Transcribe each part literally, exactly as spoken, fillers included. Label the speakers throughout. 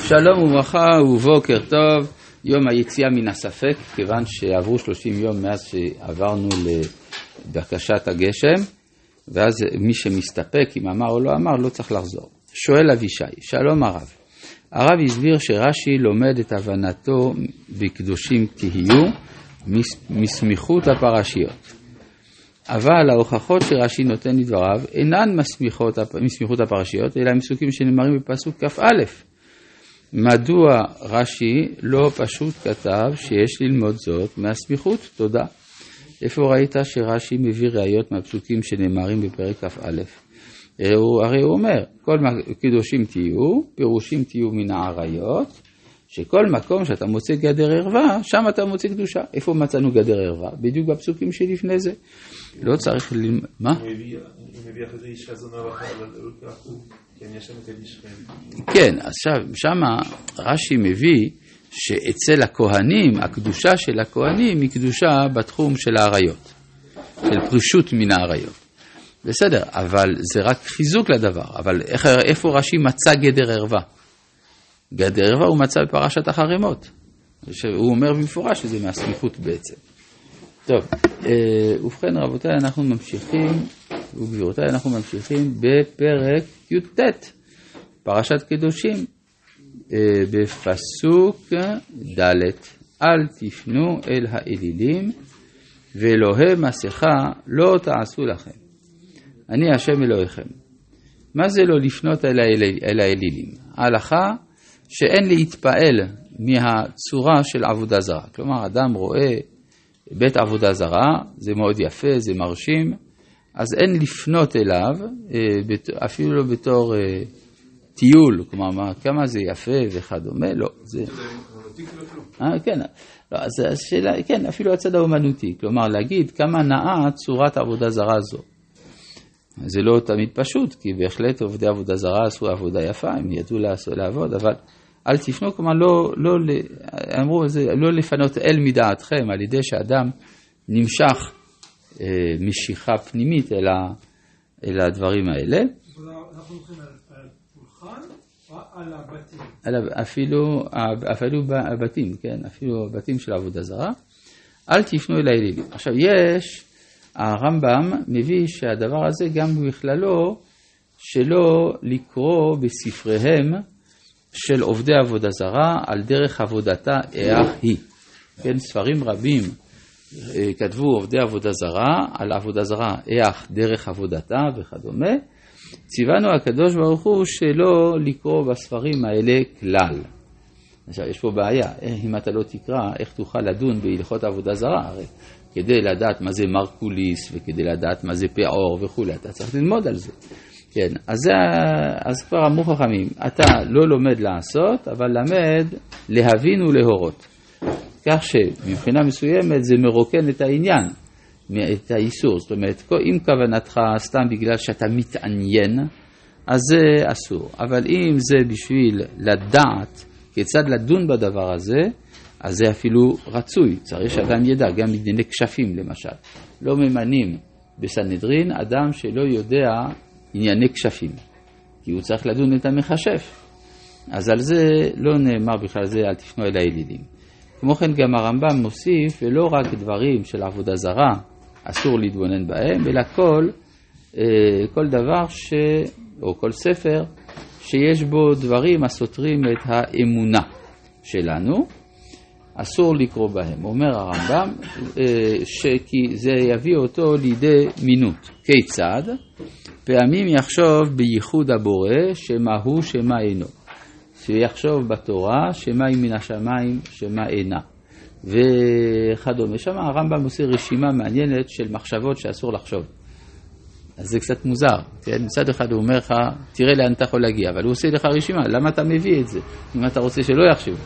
Speaker 1: שלום וברכה ובוקר טוב, יום היציאה מן הספק, כיוון שעברו שלושים יום מאז שעברנו לבקשת הגשם, ואז מי שמסתפק אם אמר או לא אמר לא צריך לחזור. שואל אבישי, שלום הרב, הרב הסביר שרש"י לומד את הבנתו בקדושים תהיו מסמיכות הפרשיות, אבל ההוכחות שרש"י נותן לדבריו אינן מסמיכות, מסמיכות הפרשיות, אלא מסוקים שנאמרים בפסוק כ"א. מדוע רש"י לא פשוט כתב שיש ללמוד זאת מהסמיכות? תודה. איפה ראית שרש"י מביא ראיות מהפסוקים שנאמרים בפרק כ"א? הרי הוא אומר, כל קדושים תהיו, פירושים תהיו מן העריות, שכל מקום שאתה מוצא גדר ערווה, שם אתה מוצא קדושה. איפה מצאנו גדר ערווה? בדיוק בפסוקים שלפני זה. לא צריך ללמוד... מה?
Speaker 2: הוא מביא אחרי זה איש חזונה אבל לא כך הוא, כן, יש שם את אלישכם.
Speaker 1: כן, עכשיו, שמה רש"י מביא שאצל הכהנים, הקדושה של הכהנים היא קדושה בתחום של העריות, של פרישות מן העריות. בסדר, אבל זה רק חיזוק לדבר. אבל איך, איפה רש"י מצא גדר ערווה? גדר ערווה הוא מצא בפרשת החרמות. הוא אומר במפורש שזה מהסמיכות בעצם. טוב, ובכן רבותיי, אנחנו ממשיכים, וגבירותיי, אנחנו ממשיכים בפרק י"ט, פרשת קדושים, בפסוק ד' אל תפנו אל האלילים, ואלוהי מסכה לא תעשו לכם. אני השם אלוהיכם. מה זה לא לפנות אל, האל, אל האלילים? ההלכה שאין להתפעל מהצורה של עבודה זרה. כלומר, אדם רואה בית עבודה זרה, זה מאוד יפה, זה מרשים, אז אין לפנות אליו, אפילו לא בתור טיול, כלומר, כמה זה יפה וכדומה, לא. זה אה, כן, לא, אז השאלה, כן, אפילו הצד האומנותי, כלומר, להגיד כמה נאה צורת עבודה זרה זו. זה לא תמיד פשוט, כי בהחלט עובדי עבודה זרה עשו עבודה יפה, הם ידעו לעבוד, אבל אל תפנו, כלומר, לא, לא, אמרו, זה, לא לפנות אל מדעתכם, על ידי שאדם נמשך אה, משיכה פנימית אל, ה, אל הדברים האלה.
Speaker 3: אנחנו הולכים על פולחן או על הבתים?
Speaker 1: על, אפילו, אפילו הבתים, כן, אפילו הבתים של עבודה זרה. אל תפנו אל האלילים. עכשיו, יש, הרמב"ם מביא שהדבר הזה גם בכללו, שלא לקרוא בספריהם, של עובדי עבודה זרה על דרך עבודתה איך היא. כן, ספרים רבים כתבו עובדי עבודה זרה על עבודה זרה איך דרך עבודתה וכדומה. ציוונו הקדוש ברוך הוא שלא לקרוא בספרים האלה כלל. עכשיו יש פה בעיה, אם אתה לא תקרא איך תוכל לדון בהלכות עבודה זרה, הרי כדי לדעת מה זה מרקוליס וכדי לדעת מה זה פעור וכו', אתה צריך ללמוד על זה. כן, אז, אז כבר אמרו חכמים, אתה לא לומד לעשות, אבל למד להבין ולהורות. כך שמבחינה מסוימת זה מרוקן את העניין, את האיסור. זאת אומרת, אם כוונתך סתם בגלל שאתה מתעניין, אז זה אסור. אבל אם זה בשביל לדעת כיצד לדון בדבר הזה, אז זה אפילו רצוי. צריך שאדם ידע, גם מדיני כשפים למשל. לא ממנים בסנהדרין אדם שלא יודע ענייני כשפים, כי הוא צריך לדון את המחשף. אז על זה לא נאמר בכלל זה אל תפנו אל האלילים. כמו כן גם הרמב"ם מוסיף, ולא רק דברים של עבודה זרה אסור להתבונן בהם, אלא כל, כל דבר ש, או כל ספר שיש בו דברים הסותרים את האמונה שלנו, אסור לקרוא בהם. אומר הרמב"ם שכי זה יביא אותו לידי מינות. כיצד? פעמים יחשוב בייחוד הבורא שמה הוא שמה אינו. שיחשוב בתורה שמה היא מן השמיים שמה אינה. וכדומה. שם הרמב"ם עושה רשימה מעניינת של מחשבות שאסור לחשוב. אז זה קצת מוזר. כן? מצד אחד הוא אומר לך, תראה לאן אתה יכול להגיע, אבל הוא עושה לך רשימה. למה אתה מביא את זה? אם אתה רוצה שלא יחשבו.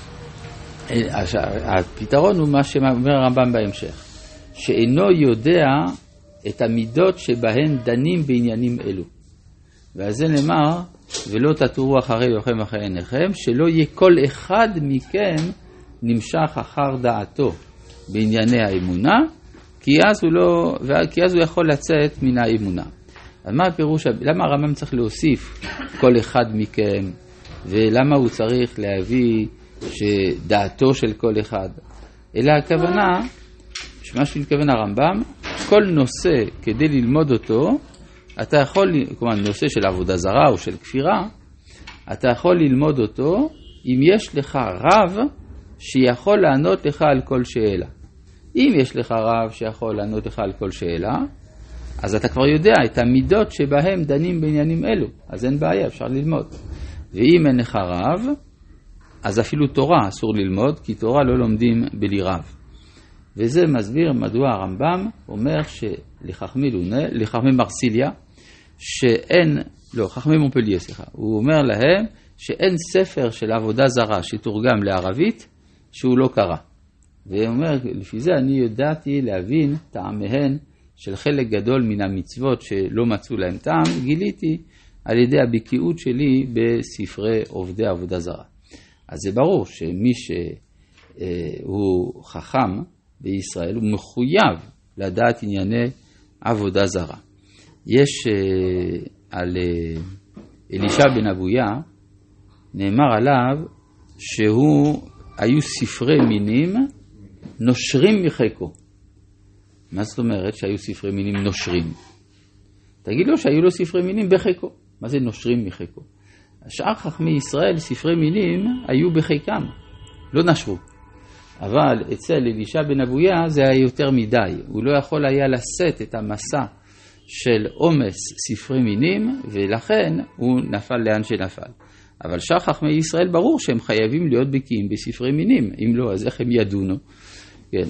Speaker 1: הפתרון הוא מה שאומר הרמב"ם בהמשך. שאינו יודע את המידות שבהן דנים בעניינים אלו. ועל זה נאמר, ולא תטורו אחרי יוכם אחרי עיניכם, שלא יהיה כל אחד מכם נמשך אחר דעתו בענייני האמונה, כי אז הוא, לא, כי אז הוא יכול לצאת מן האמונה. אז מה הפירוש? למה הרמב"ם צריך להוסיף כל אחד מכם? ולמה הוא צריך להביא שדעתו של כל אחד, אלא הכוונה, מה שמתכוון הרמב"ם, כל נושא כדי ללמוד אותו, אתה יכול, כלומר נושא של עבודה זרה או של כפירה, אתה יכול ללמוד אותו אם יש לך רב שיכול לענות לך על כל שאלה. אם יש לך רב שיכול לענות לך על כל שאלה, אז אתה כבר יודע את המידות שבהם דנים בעניינים אלו, אז אין בעיה, אפשר ללמוד. ואם אין לך רב, אז אפילו תורה אסור ללמוד, כי תורה לא לומדים בלי רב. וזה מסביר מדוע הרמב"ם אומר שלחכמי לונה, לחכמי מרסיליה, שאין, לא, חכמי מונפליה, סליחה, הוא אומר להם שאין ספר של עבודה זרה שתורגם לערבית שהוא לא קרא. והוא אומר, לפי זה אני ידעתי להבין טעמיהן של חלק גדול מן המצוות שלא מצאו להם טעם, גיליתי על ידי הבקיאות שלי בספרי עובדי עבודה זרה. אז זה ברור שמי שהוא חכם בישראל הוא מחויב לדעת ענייני עבודה זרה. יש על אלישע בן אבויה, נאמר עליו שהוא היו ספרי מינים נושרים מחיקו. מה זאת אומרת שהיו ספרי מינים נושרים? תגיד לו שהיו לו ספרי מינים בחיקו. מה זה נושרים מחיקו? השאר חכמי ישראל, ספרי מינים היו בחיקם, לא נשרו. אבל אצל אלישע בן אבויה זה היה יותר מדי. הוא לא יכול היה לשאת את המסע של עומס ספרי מינים, ולכן הוא נפל לאן שנפל. אבל שאר חכמי ישראל ברור שהם חייבים להיות בקיאים בספרי מינים. אם לא, אז איך הם ידונו? כן.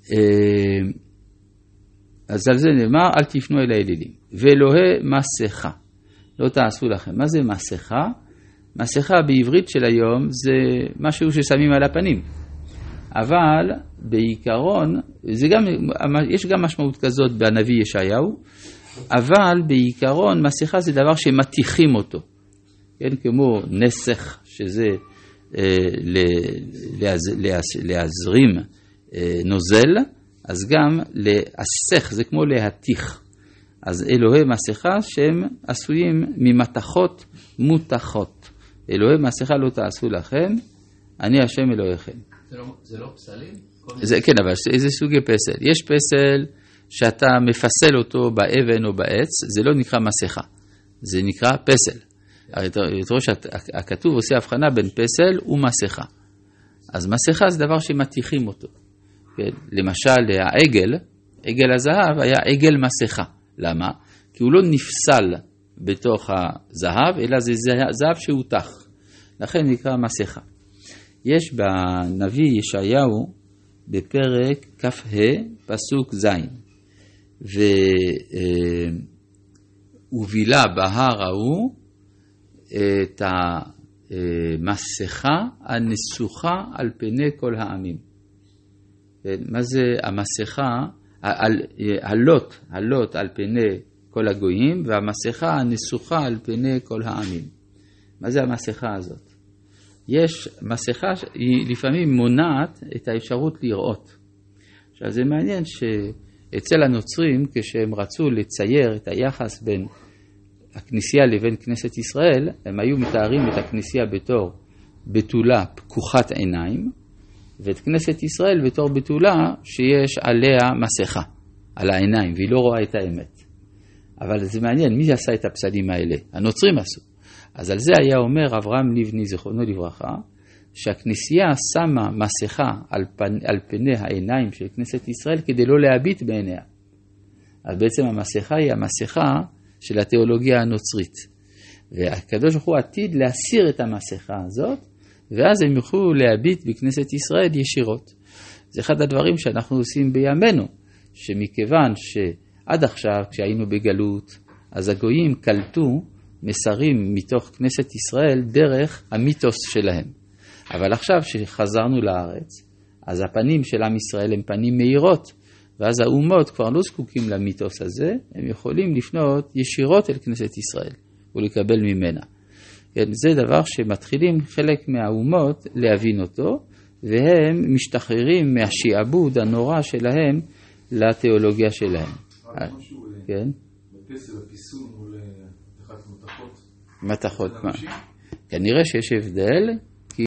Speaker 1: אז על זה נאמר, אל תפנו אל האלילים. ואלוהי מסכה. לא תעשו לכם. מה זה מסכה? מסכה בעברית של היום זה משהו ששמים על הפנים. אבל בעיקרון, זה גם, יש גם משמעות כזאת בנביא ישעיהו, אבל בעיקרון מסכה זה דבר שמתיחים אותו. כן, כמו נסך, שזה אה, להז, להז, להזרים אה, נוזל, אז גם להסך, זה כמו להתיך. אז אלוהי מסכה שהם עשויים ממתחות מותחות. אלוהי מסכה לא תעשו לכם, אני השם אלוהיכם.
Speaker 4: זה לא, זה לא פסלים?
Speaker 1: זה, כן, אבל איזה סוגי פסל? יש פסל שאתה מפסל אותו באבן או בעץ, זה לא נקרא מסכה, זה נקרא פסל. אתה רואה שהכתוב עושה הבחנה בין פסל ומסכה. אז מסכה זה דבר שמתיחים אותו. כן? למשל, העגל, עגל הזהב היה עגל מסכה. למה? כי הוא לא נפסל בתוך הזהב, אלא זה זהב שהותח. לכן נקרא מסכה. יש בנביא ישעיהו בפרק כ"ה פסוק ז' והובילה בהר ההוא את המסכה הנסוכה על פני כל העמים. מה זה המסכה? הלוט, הלוט על פני כל הגויים, והמסכה הנסוכה על פני כל העמים. מה זה המסכה הזאת? יש מסכה, היא לפעמים מונעת את האפשרות לראות. עכשיו זה מעניין שאצל הנוצרים, כשהם רצו לצייר את היחס בין הכנסייה לבין כנסת ישראל, הם היו מתארים את הכנסייה בתור בתולה פקוחת עיניים, ואת כנסת ישראל בתור בתולה שיש עליה מסכה, על העיניים, והיא לא רואה את האמת. אבל זה מעניין, מי עשה את הפסלים האלה? הנוצרים עשו. אז על זה היה אומר אברהם לבני זיכרונו לברכה, שהכנסייה שמה מסכה על, פנ... על פני העיניים של כנסת ישראל כדי לא להביט בעיניה. אז בעצם המסכה היא המסכה של התיאולוגיה הנוצרית. והקדוש ברוך הוא עתיד להסיר את המסכה הזאת, ואז הם יוכלו להביט בכנסת ישראל ישירות. זה אחד הדברים שאנחנו עושים בימינו, שמכיוון שעד עכשיו כשהיינו בגלות, אז הגויים קלטו מסרים מתוך כנסת ישראל דרך המיתוס שלהם. אבל עכשיו שחזרנו לארץ, אז הפנים של עם ישראל הם פנים מהירות, ואז האומות כבר לא זקוקים למיתוס הזה, הם יכולים לפנות ישירות אל כנסת ישראל ולקבל ממנה. זה דבר שמתחילים חלק מהאומות להבין אותו, והם משתחררים מהשיעבוד הנורא שלהם לתיאולוגיה שלהם. כן?
Speaker 2: בפסל הפיסול מול מתחות.
Speaker 1: מתחות, מה? כנראה שיש הבדל